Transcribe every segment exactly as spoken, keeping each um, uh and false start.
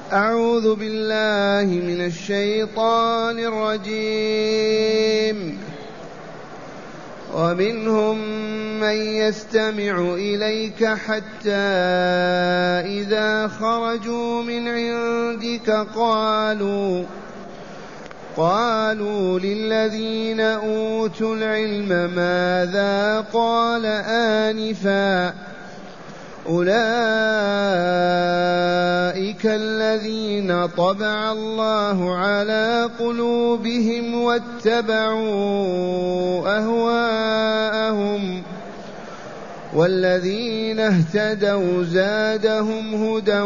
أعوذ بالله من الشيطان الرجيم. ومنهم من يستمع إليك حتى إذا خرجوا من عندك قالوا قالوا للذين أوتوا العلم ماذا قال آنفا أولئك الذين طبع الله على قلوبهم واتبعوا أهواءهم والذين اهتدوا زادهم هدى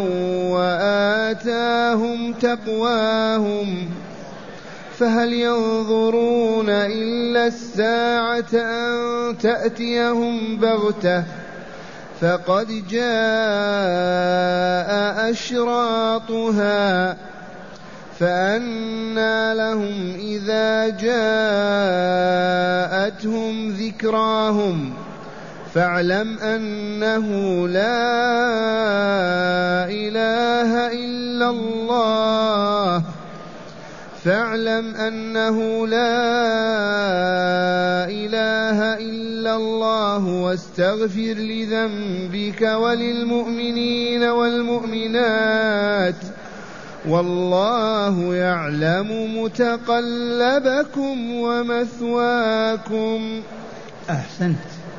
وآتاهم تقواهم فهل ينظرون إلا الساعة أن تأتيهم بغتة فقد جاء أشراطها فأنى لهم إذا جاءتهم ذكراهم فاعلم أنه لا إله إلا الله فاعلم أنه لا إله إلا الله واستغفر لذنبك وللمؤمنين والمؤمنات والله يعلم متقلبكم ومثواكم. أحسنت.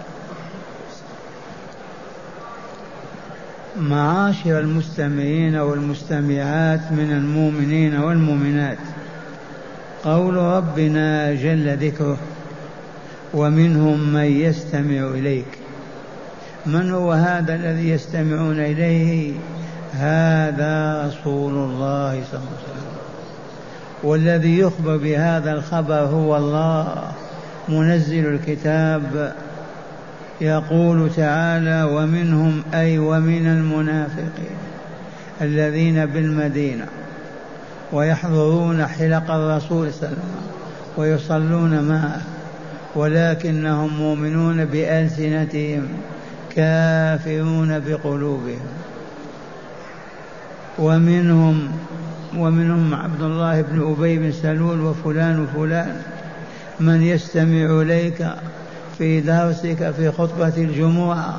معاشر المستمعين والمستمعات من المؤمنين والمؤمنات، قول ربنا جل ذكره ومنهم من يستمع إليك. من هو هذا الذي يستمعون إليه؟ هذا رسول الله صلى الله عليه وسلم، والذي يخبر بهذا الخبر هو الله منزل الكتاب. يقول تعالى ومنهم أي ومن المنافقين الذين بالمدينة ويحضرون حلق الرسول صلى الله عليه وسلم ويصلون معه ولكنهم مؤمنون بألسنتهم كافرون بقلوبهم. ومنهم ومنهم عبد الله بن أبي بن سلول وفلان وفلان من يستمع إليك في درسك في خطبة الجمعة،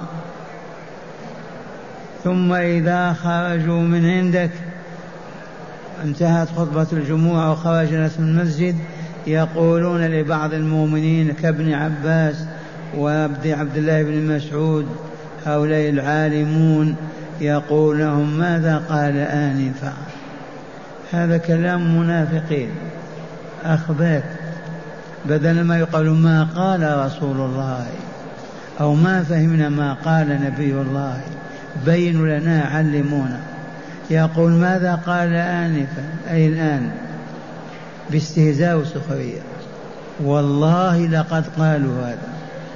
ثم إذا خرجوا من عندك انتهت خطبة الجمعة وخرج الناس من المسجد يقولون لبعض المؤمنين كابن عباس وابن عبد الله بن مسعود هؤلاء العالمون يقول لهم ماذا قال آنفا. هذا كلام منافقين أخبات، بدل ما يقول ما قال رسول الله أو ما فهمنا ما قال نبي الله بينوا لنا علمونا. يقول ماذا قال آنفا أي الآن باستهزاء وسخرية. والله لقد قالوا هذا.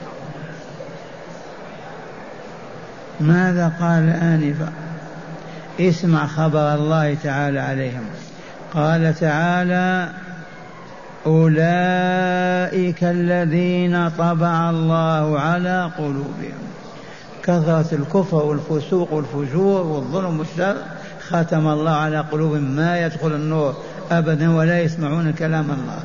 ماذا قال آنفا؟ اسمع خبر الله تعالى عليهم. قال تعالى أولئك الذين طبع الله على قلوبهم. كثرة الكفر والفسوق والفجور والظلم والشر ختم الله على قلوبهم ما يدخل النور أبدا ولا يسمعون كلام الله.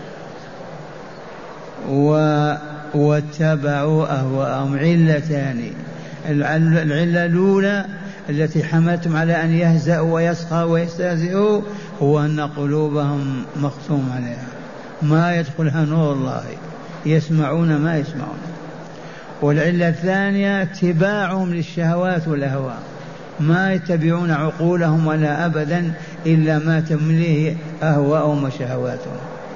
و... واتبعوا أهواءهم. علتان. العلة الأولى التي حملتم على أن يهزأوا ويسخروا ويستهزئوا هو أن قلوبهم مختوم عليها ما يدخلها نور الله، يسمعون ما يسمعون. والعلة الثانية اتباعهم للشهوات والأهواء، ما يتبعون عقولهم ولا أبدا إلا ما تمليه أهواءهم وشهواتهم.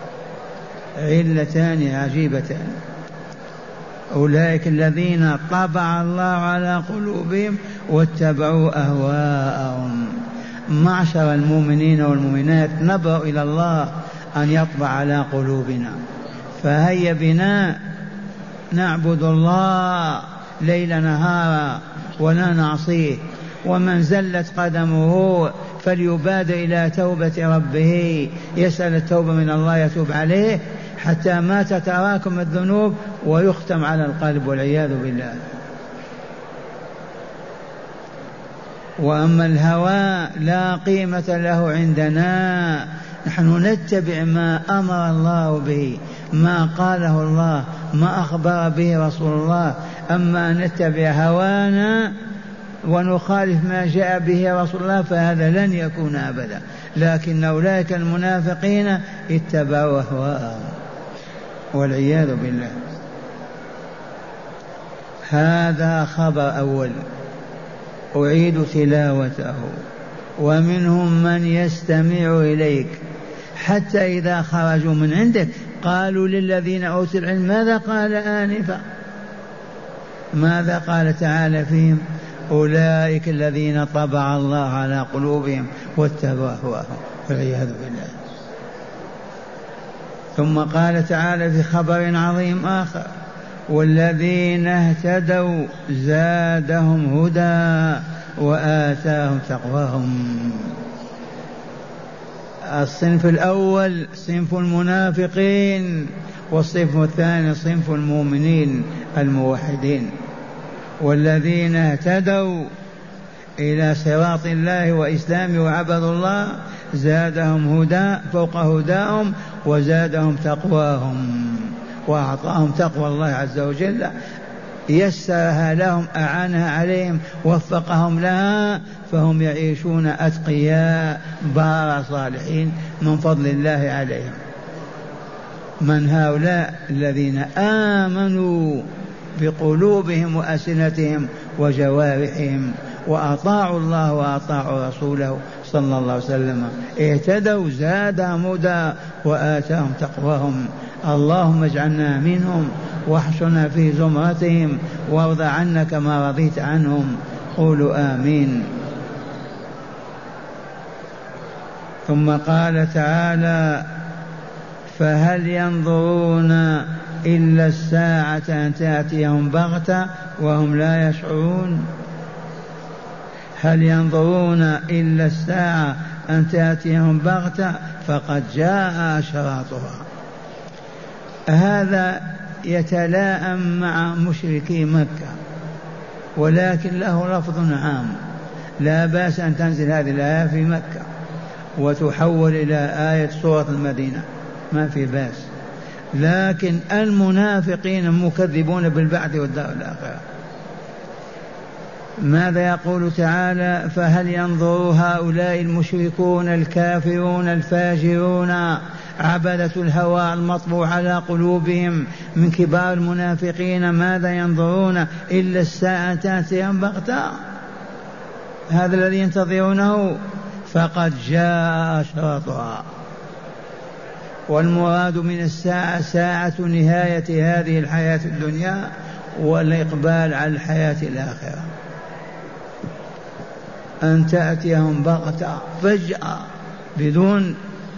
علتان عجيبتان. أولئك الذين طبع الله على قلوبهم واتبعوا أهواءهم. معشر المؤمنين والمؤمنات نبرأ إلى الله أن يطبع على قلوبنا، فهيا بنا نعبد الله ليل نهارا ولا نعصيه. ومن زلت قدمه فليبادر إلى توبة ربه، يسأل التوبة من الله يتوب عليه حتى ما تتراكم الذنوب ويختم على القلب والعياذ بالله. وأما الهوى لا قيمة له عندنا، نحن نتبع ما أمر الله به، ما قاله الله، ما أخبر به رسول الله. أما نتبع هوانا ونخالف ما جاء به رسول الله فهذا لن يكون أبدا. لكن أولئك المنافقين اتبعوا أهواءهم والعياذ بالله. هذا خبر أول أعيد تلاوته. ومنهم من يستمع إليك حتى إذا خرجوا من عندك قالوا للذين أوتوا العلم ماذا قال آنفا، ماذا قال تعالى فيهم؟ أولئك الذين طبع الله على قلوبهم واتبعوا أهواءهم والعياذ بالله. ثم قال تعالى في خبر عظيم آخر: والذين اهتدوا زادهم هدى وآتاهم تقواهم. الصنف الأول صنف المنافقين، والصنف الثاني صنف المؤمنين الموحدين. والذين اهتدوا إلى صراط الله وإسلامه وعبدوا الله زادهم هدى فوق هداهم وزادهم تقواهم، وأعطاهم تقوى الله عز وجل، يسرها لهم، أعانها عليهم، وفقهم لها، فهم يعيشون أتقياء بار صالحين من فضل الله عليهم. من هؤلاء؟ الذين آمنوا بقلوبهم وألسنتهم وجوارحهم وأطاعوا الله وأطاعوا رسوله صلى الله عليه وسلم. اهتدوا زادهم هدى وآتاهم تقواهم. اللهم اجعلنا منهم واحشرنا في زمرتهم وارض عنا كما رضيت عنهم. قولوا آمين. ثم قال تعالى: فهل ينظرون إلا الساعة أن تأتيهم بغتة وهم لا يشعرون. هل ينظرون إلا الساعة أن تأتيهم بغتة فقد جاء أشراطها. هذا يتلائم مع مشركي مكة، ولكن له لفظ عام. لا بأس أن تنزل هذه الآية في مكة وتحول إلى آية سورة المدينة، ما في بأس. لكن المنافقين المكذبون بالبعث والدار الآخرة ماذا يقول تعالى؟ فهل ينظر هؤلاء المشركون الكافرون الفاجرون عبدة الهوى المطبوع على قلوبهم من كبار المنافقين، ماذا ينظرون إلا الساعة تأتيهم بغتة؟ هذا الذي ينتظرونه. فقد جاء أشراطها. والمراد من الساعة ساعة نهاية هذه الحياة الدنيا والإقبال على الحياة الآخرة. أن تأتيهم بغتة فجأة بدون.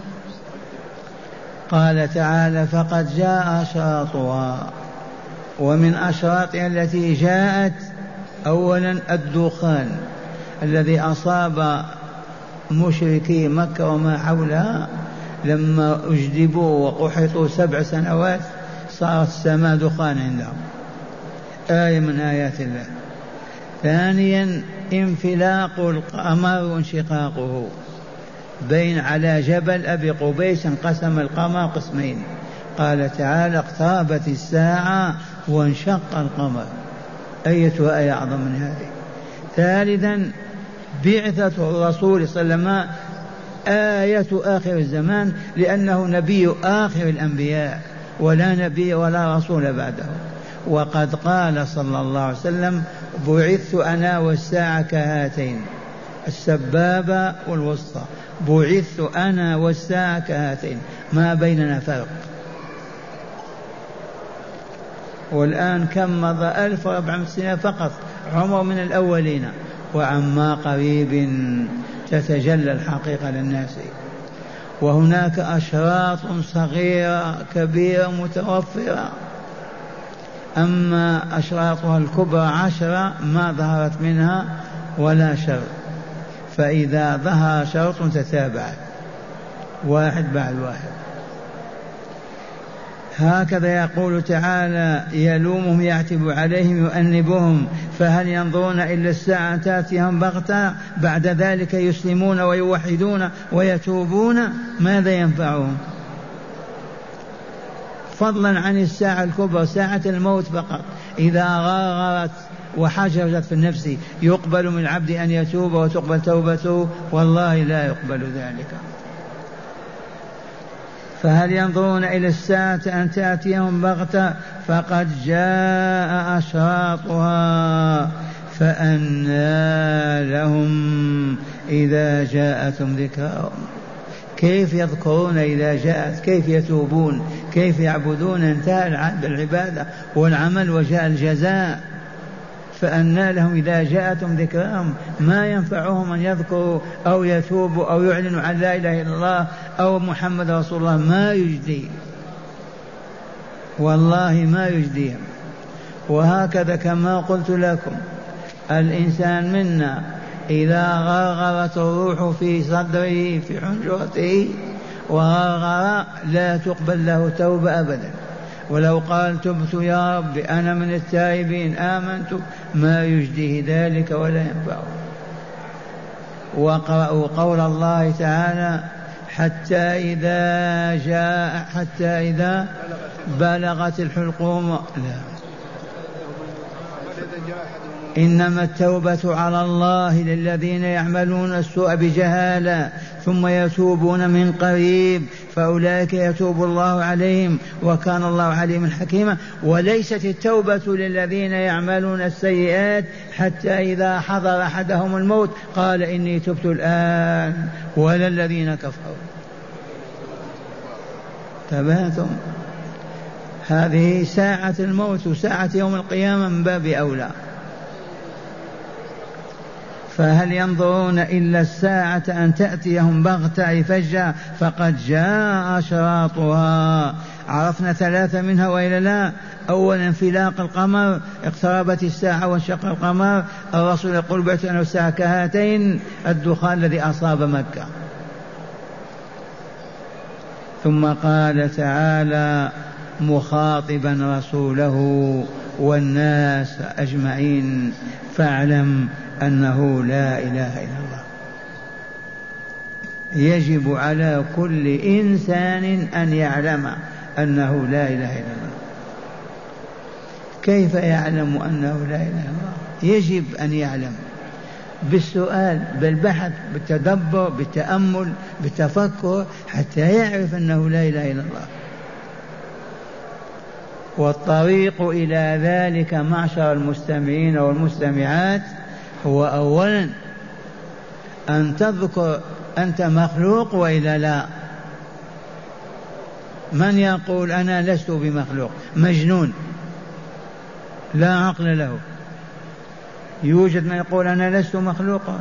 قال تعالى: فقد جاء أشراطها. ومن أشراطها التي جاءت أولا الدخان الذي أصاب مشركي مكة وما حولها لما أجدبوا وقحطوا سبع سنوات صارت السماء دخان عندهم، آية من آيات الله. ثانيا انفلاق القمر وانشقاقه، بين على جبل أبي قبيس انقسم القمر قسمين، قال تعالى: اقتربت الساعة وانشق القمر. أية آية أعظم من هذه. ثالثا بعثة الرسول صلى الله عليه وسلم آية آخر الزمان، لأنه نبي آخر الأنبياء ولا نبي ولا رسول بعده. وقد قال صلى الله عليه وسلم: بعثت أنا والساعة كهاتين، السبابة والوسطى، بعثت أنا والساعة كهاتين، ما بيننا فرق. والآن كم مضى؟ ألف وأربعمائة سنة فقط عمر من الأولين، وعما قريب تتجلى الحقيقة للناس. وهناك أشراط صغيرة كبيرة متوفرة، أما أشراطها الكبرى عشرة ما ظهرت منها ولا شر. فإذا ظهر شرط تتابع واحد بعد واحد. هكذا يقول تعالى يلومهم يعتب عليهم يؤنبهم فهل ينظرون إلا الساعة تأتيهم بغتة بعد ذلك يسلمون ويوحدون ويتوبون ماذا ينفعهم؟ فضلا عن الساعة الكبرى ساعة الموت فقط إذا غرغرت وحجرت في النفس يقبل من العبد أن يتوب وتقبل توبته؟ والله لا يقبل ذلك. فهل ينظرون إلى الساعة أن تأتيهم بغتة فقد جاء أشراطها فأنى لهم إذا جاءتهم ذكراهم. كيف يذكرون إذا جاءت؟ كيف يتوبون؟ كيف يعبدون؟ انتهى العبادة والعمل وجاء الجزاء. فأنى لهم إذا جاءتهم ذكراهم ما ينفعهم أن يذكروا أو يتوبوا أو يعلنوا عن لا إله إلا الله أو محمد رسول الله، ما يجدي والله ما يجديهم. وهكذا كما قلت لكم الإنسان منا إذا غرغرت الروح في صدره في حنجرته وغرغر لا تقبل له توبة أبدا، ولو قال تبت يا رب أنا من التائبين آمنت ما يجديه ذلك ولا ينفعه. وقرأوا قول الله تعالى حتى إذا جاء حتى إذا بلغت الحلقوم لا إنما التوبة على الله للذين يعملون السوء بجهالة ثم يتوبون من قريب فأولئك يتوب الله عليهم وكان الله عليما حكيما. وليست التوبة للذين يعملون السيئات حتى إذا حضر أحدهم الموت قال إني تبت الآن، ولا الذين كفروا. تبهتم؟ هذه ساعة الموت وساعة يوم القيامة من باب أولى. فهل ينظرون إلا الساعة أن تأتيهم بغتة فجأة فقد جاء أشراطها. عرفنا ثلاثة منها وإلا لا؟ أولا انفلاق القمر، اقتربت الساعة وانشق القمر، الرسول يقول بعثت أنا والساعة كهاتين، الدخان الذي أصاب مكة. ثم قال تعالى مخاطبا رسوله والناس أجمعين فاعلم أنه لا إله إلا الله. يجب على كل إنسان أن يعلم أنه لا إله إلا الله. كيف يعلم أنه لا إله إلا الله؟ يجب أن يعلم بالسؤال بالبحث بالتدبر بالتأمل بالتفكر حتى يعرف أنه لا إله إلا الله. والطريق إلى ذلك معشر المستمعين والمستمعات هو أولا أن تذكر أنت مخلوق وإلا لا. من يقول أنا لست بمخلوق مجنون لا عقل له. يوجد من يقول أنا لست مخلوقا.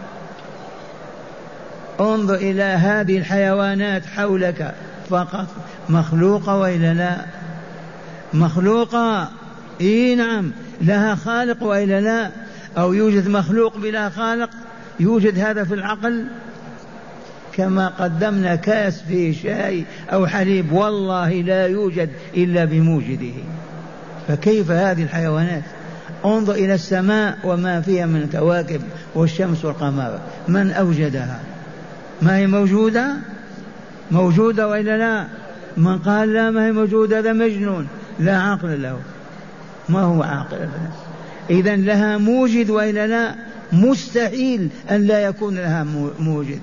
انظر إلى هذه الحيوانات حولك فقط مخلوقة وإلا لا؟ مخلوقة إيه نعم، لها خالق وإلا لا؟ أو يوجد مخلوق بلا خالق؟ يوجد هذا في العقل؟ كما قدمنا كاس فيه شاي أو حليب والله لا يوجد إلا بموجده. فكيف هذه الحيوانات؟ انظر إلى السماء وما فيها من كواكب والشمس والقمر، من أوجدها؟ ما هي موجودة؟ موجودة وإلا لا؟ من قال لا ما هي موجودة هذا مجنون لا عقل له. ما هو عاقل أبدا؟ إذن لها موجد وإلا لا؟ مستحيل أن لا يكون لها موجد.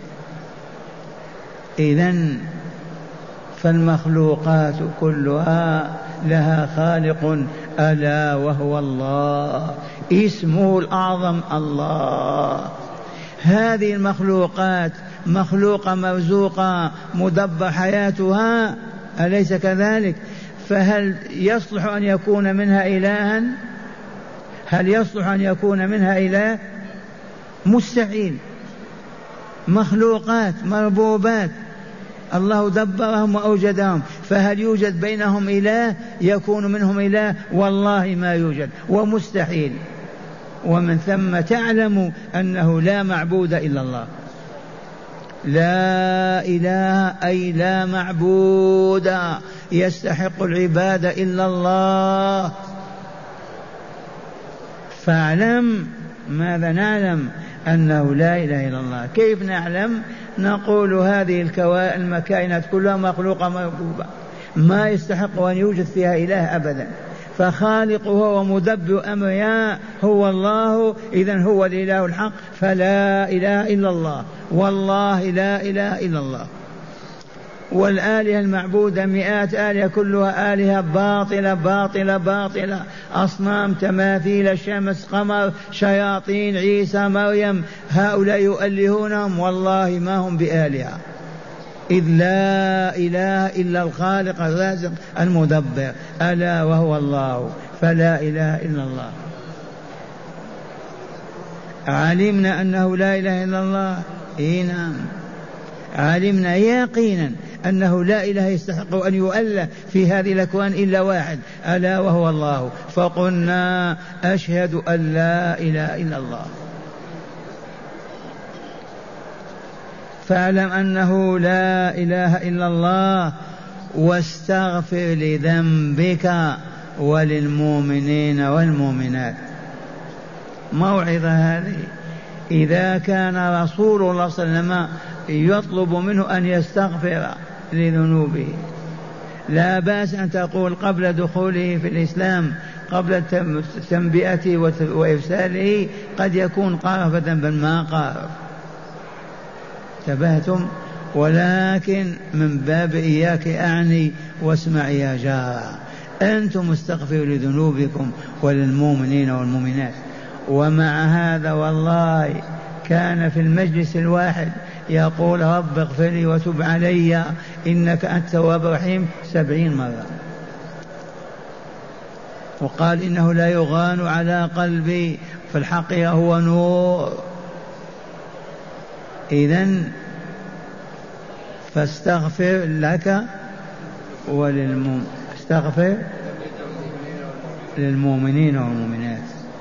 إذن فالمخلوقات كلها لها خالق ألا وهو الله، اسمه الأعظم الله. هذه المخلوقات مخلوقة مرزوقة مدبر حياتها أليس كذلك؟ فهل يصلح أن يكون منها إلها؟ هل يصلح أن يكون منها إله؟ مستحيل. مخلوقات مربوبات الله دبرهم وأوجدهم، فهل يوجد بينهم إله يكون منهم إله؟ والله ما يوجد ومستحيل. ومن ثم تعلم أنه لا معبود إلا الله. لا إله أي لا معبود يستحق العبادة إلا الله. فاعلم. ماذا نعلم؟ أنه لا إله إلا الله. كيف نعلم؟ نقول هذه الكوائن المكائنات كلها مخلوقة مربوبة ما يستحق أن يوجد فيها إله أبدا، فخالقها ومدبر أمرها هو الله، إذن هو الإله الحق، فلا إله إلا الله، والله لا إله إلا الله. والآلهة المعبودة مئات آلهة كلها آلهة باطلة باطلة باطلة، أصنام تماثيل شمس قمر شياطين عيسى مريم، هؤلاء يؤلهونهم والله ما هم بآلهة، إذ لا إله إلا الخالق الرازق المدبر، ألا وهو الله، فلا إله إلا الله. علمنا أنه لا إله إلا الله. إيه نعم، علمنا يقينا أنه لا إله يستحق أن يؤله في هذه الأكوان إلا واحد، ألا وهو الله. فقلنا أشهد أن لا إله إلا الله. فاعلم أنه لا إله إلا الله، واستغفر لذنبك وللمؤمنين والمؤمنات. موعظة هذه. إذا كان رسول الله صلى الله عليه وسلم يطلب منه أن يستغفر لذنوبه، لا بأس أن تقول قبل دخوله في الإسلام، قبل تنبئته وإرساله، قد يكون قارف ذنبا ما قارف، انتبهتم؟ ولكن من باب إياك أعني واسمع يا جار، أنتم استغفروا لذنوبكم وللمؤمنين والمؤمنات. ومع هذا والله كان في المجلس الواحد يقول رب اغفر لي وتب علي إنك أنت التواب الرحيم سبعين مرة، وقال إنه لا يغان على قلبي، في الحقيقة هو نور. إذن فاستغفر لك وللمؤمنين، استغفر للمؤمنين والمؤمنات.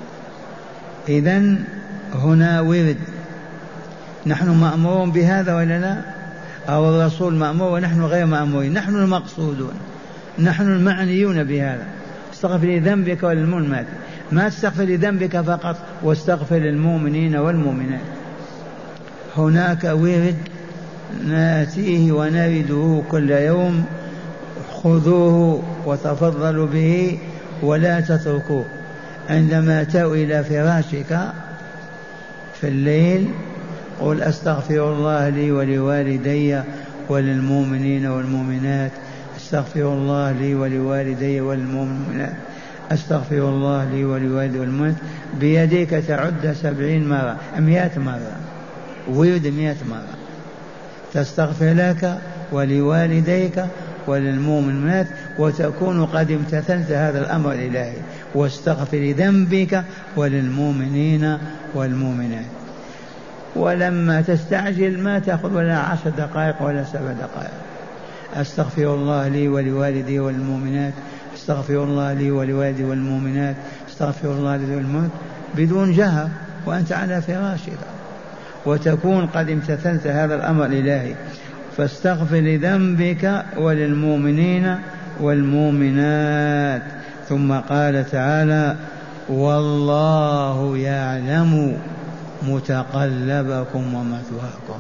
إذن هنا ورد، نحن مأمورون بهذا ولا لا؟ أو الرسول مأمور ونحن غير مأمورين؟ نحن المقصودون، نحن المعنيون بهذا. استغفر لذنبك وللمؤمنات، ما تستغفر لذنبك فقط، واستغفر للمؤمنين والمؤمنات. هناك ورد ناتيه ونرده كل يوم، خذوه وتفضلوا به ولا تتركوه. عندما تأوي إلى فراشك في الليل قل أستغفر الله لي ولوالدي وللمؤمنين والمؤمنات، أستغفر الله لي ولوالدي والمؤمنات، أستغفر الله لي ولوالدي والمؤمنات، بيديك تعد سبعين مرة مئة مرة، ورد مئة مرة، تستغفر لك ولوالديك وللمؤمنات، وتكون قد امتثلت هذا الأمر الإلهي. واستغفر لذنبك وللمؤمنين والمؤمنات. ولما تستعجل ما تأخذ ولا عشر دقائق ولا سبع دقائق. أستغفر الله لي ولوالدي والمؤمنات، أستغفر الله لي ولوالدي والمؤمنات، أستغفر الله لي والمؤمنات، بدون جهر وأنت على فراشك، وتكون قد امتثلت هذا الأمر الإلهي. فاستغفر لذنبك وللمؤمنين والمؤمنات. ثم قال تعالى والله يعلم متقلبكم ومثواكم.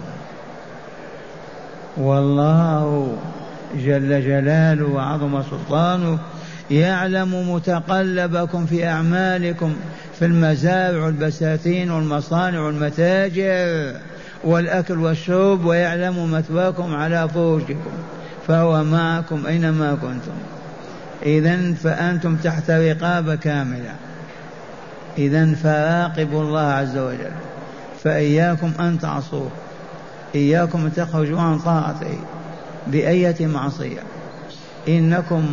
والله جل جلاله وعظم سلطانه يعلم متقلبكم في أعمالكم، في المزارع والبساتين والمصانع والمتاجر والأكل والشرب، ويعلم مثواكم على فروجكم، فهو معكم أينما كنتم. إذن فأنتم تحت رقابة كاملة. إذن فراقبوا الله عز وجل، فإياكم أن تعصوه، إياكم أن تخرجوا عن طاعته بأية معصية، إنكم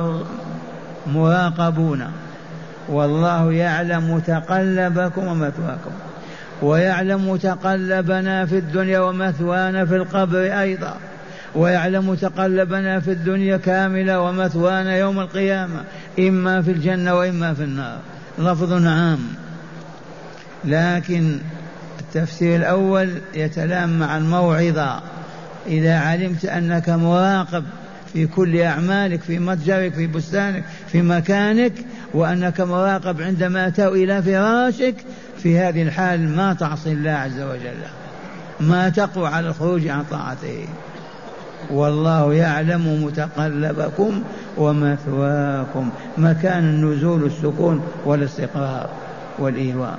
مراقبون. والله يعلم متقلبكم ومثواكم، ويعلم متقلبنا في الدنيا ومثوانا في القبر أيضا، ويعلم متقلبنا في الدنيا كاملة ومثوانا يوم القيامة، إما في الجنة وإما في النار. لفظ عام، لكن التفسير الأول يتلام مع الموعظة. إذا علمت أنك مراقب في كل أعمالك، في متجرك، في بستانك، في مكانك، وأنك مراقب عندما تأوي إلى فراشك، في هذه الحال ما تعصي الله عز وجل، ما تقوى على الخروج عن طاعته. والله يعلم متقلبكم ومثواكم، مكان النزول السكون والاستقرار والإيواء.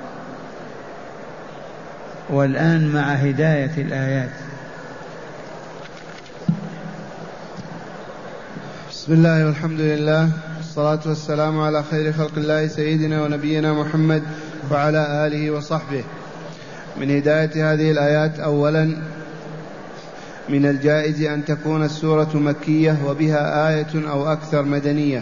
والآن مع هداية الآيات. بسم الله والحمد لله والصلاة والسلام على خير خلق الله سيدنا ونبينا محمد وعلى آله وصحبه. من هداية هذه الآيات: أولا، من الجائز أن تكون السورة مكية وبها آية أو أكثر مدنية.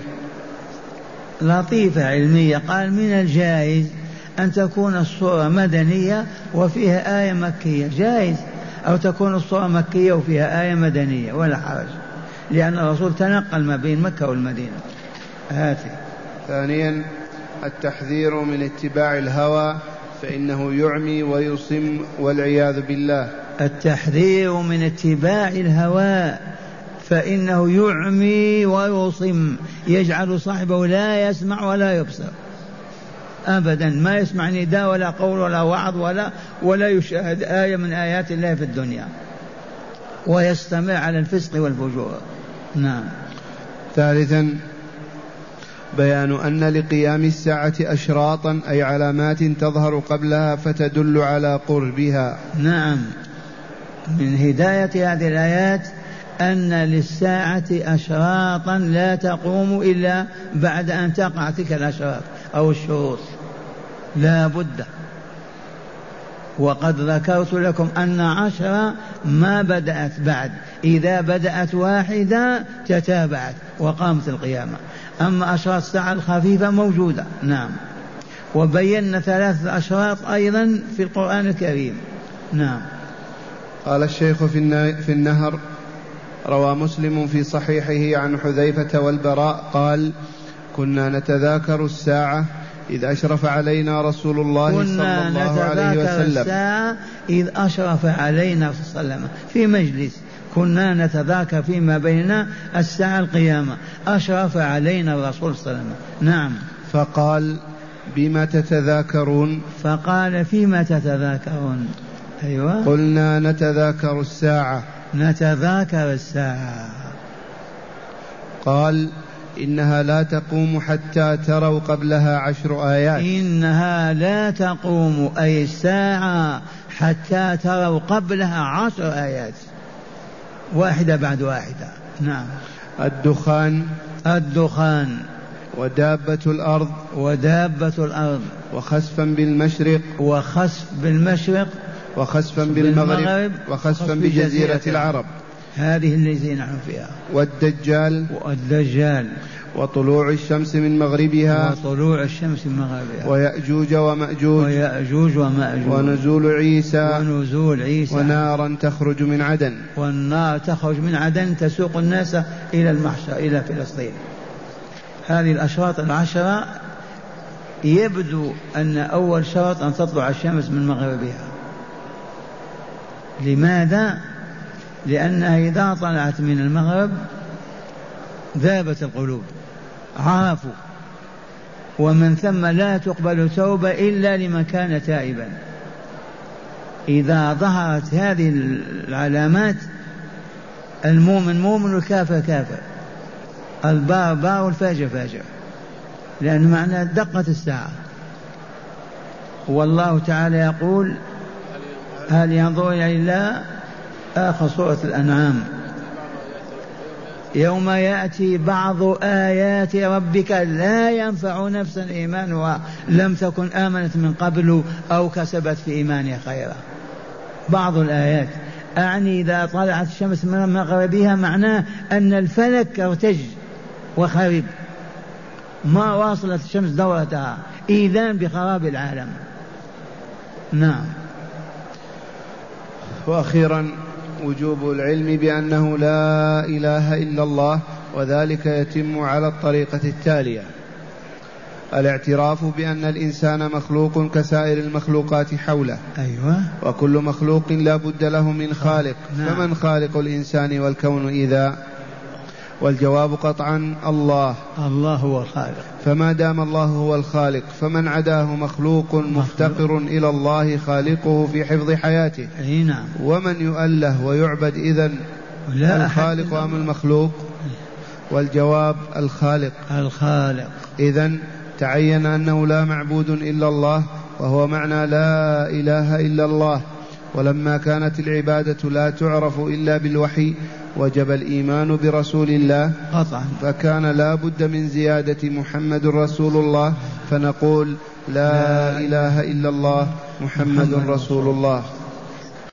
لطيفة علمية، قال من الجائز أن تكون السورة مدنية وفيها آية مكية، جائز، أو تكون السورة مكية وفيها آية مدنية ولا حرج، لأن الرسول تنقل ما بين مكة والمدينة. هاتي. ثانيا، التحذير من اتباع الهوى فإنه يعمي ويصم والعياذ بالله. التحذير من اتباع الهوى فإنه يعمي ويصم، يجعل صاحبه لا يسمع ولا يبصر أبدا، ما يسمع نداء ولا قول ولا وعظ ولا ولا يشاهد آية من آيات الله في الدنيا، ويستمع على الفسق والفجور. نعم. ثالثا، بيان أن لقيام الساعة أشراطا أي علامات تظهر قبلها فتدل على قربها. نعم، من هداية هذه الآيات أن للساعة أشراطا لا تقوم إلا بعد أن تقع تلك الأشراط أو الشروط، لا بد. وقد ذكرت لكم أن عشرة ما بدأت بعد، إذا بدأت واحدة تتابعت وقامت القيامة، أما أشراط الساعة الخفيفة موجودة. نعم. وبينا ثلاثة أشراط أيضا في القرآن الكريم. نعم. قال الشيخ في النهر: روى مسلم في صحيحه عن حذيفة والبراء قال: كنا نتذاكر الساعة إذ أشرف علينا رسول الله صلى الله عليه وسلم. الساعة إذ أشرف علينا صلى الله عليه وسلم في مجلس، كنا نتذاكر فيما بيننا الساعة القيامة، أشرف علينا الرسول صلى الله عليه وسلم. نعم. فقال: بما تتذاكرون؟ فقال: فيما تتذاكرون؟ أيوة. قلنا: نتذاكر الساعة. نتذاكر الساعة. قال: إنها لا تقوم حتى تروا قبلها عشر آيات. إنها لا تقوم أي الساعة حتى تروا قبلها عشر آيات، واحدة بعد واحدة. نعم. الدخان. الدخان. ودابة الأرض. ودابة الأرض. وخسفا بالمشرق. وخسف بالمشرق. وخسفا بالمغرب. وخسفا بجزيرة العرب. هذه التي نحن فيها. والدجال. والدجال. وطلوع الشمس من مغربها. وطلوع الشمس من مغربها. ويأجوج ومأجوج. ويأجوج ومأجوج. ونزول عيسى. ونزول عيسى. ونارا تخرج من عدن. والنار تخرج من عدن تسوق الناس إلى المحشر إلى فلسطين. هذه الأشراط العشرة. يبدو أن أول شرط أن تطلع الشمس من مغربها. لماذا؟ لأنها إذا طلعت من المغرب ذابت القلوب، عرفوا، ومن ثم لا تقبل توبة إلا لمن كان تائبا. إذا ظهرت هذه العلامات المؤمن مؤمن والكافر كافر، البار بار والفاجر فاجر، لأن معنى دقة الساعة. والله تعالى يقول: هل ينظر إلى آخر سورة الأنعام: يوم يأتي بعض آيات ربك لا ينفع نفسا إيمانها لم تكن آمنت من قبل أو كسبت في إيمانها خيرا. بعض الآيات أعني إذا طلعت الشمس من مغربها معناه أن الفلك ارتج وخرب، ما واصلت الشمس دورتها، إيذان بخراب العالم. نعم. وأخيرا، وجوب العلم بأنه لا إله إلا الله، وذلك يتم على الطريقة التالية: الاعتراف بأن الإنسان مخلوق كسائر المخلوقات حوله. أيوة. وكل مخلوق لا بد له من خالق. نعم. فمن خالق الإنسان والكون إذا؟ والجواب قطعا الله. الله هو الخالق. فما دام الله هو الخالق فمن عداه مخلوق مفتقر إلى الله خالقه في حفظ حياته. أي نعم. ومن يؤله ويعبد إذن؟ الخالق أم المخلوق؟ والجواب الخالق. الخالق. إذن تعين أنه لا معبود إلا الله، وهو معنى لا إله إلا الله. ولما كانت العبادة لا تعرف إلا بالوحي وجب الإيمان برسول الله قطعا، فكان لا بد من زيادة محمد رسول الله، فنقول لا إله إلا الله محمد رسول الله.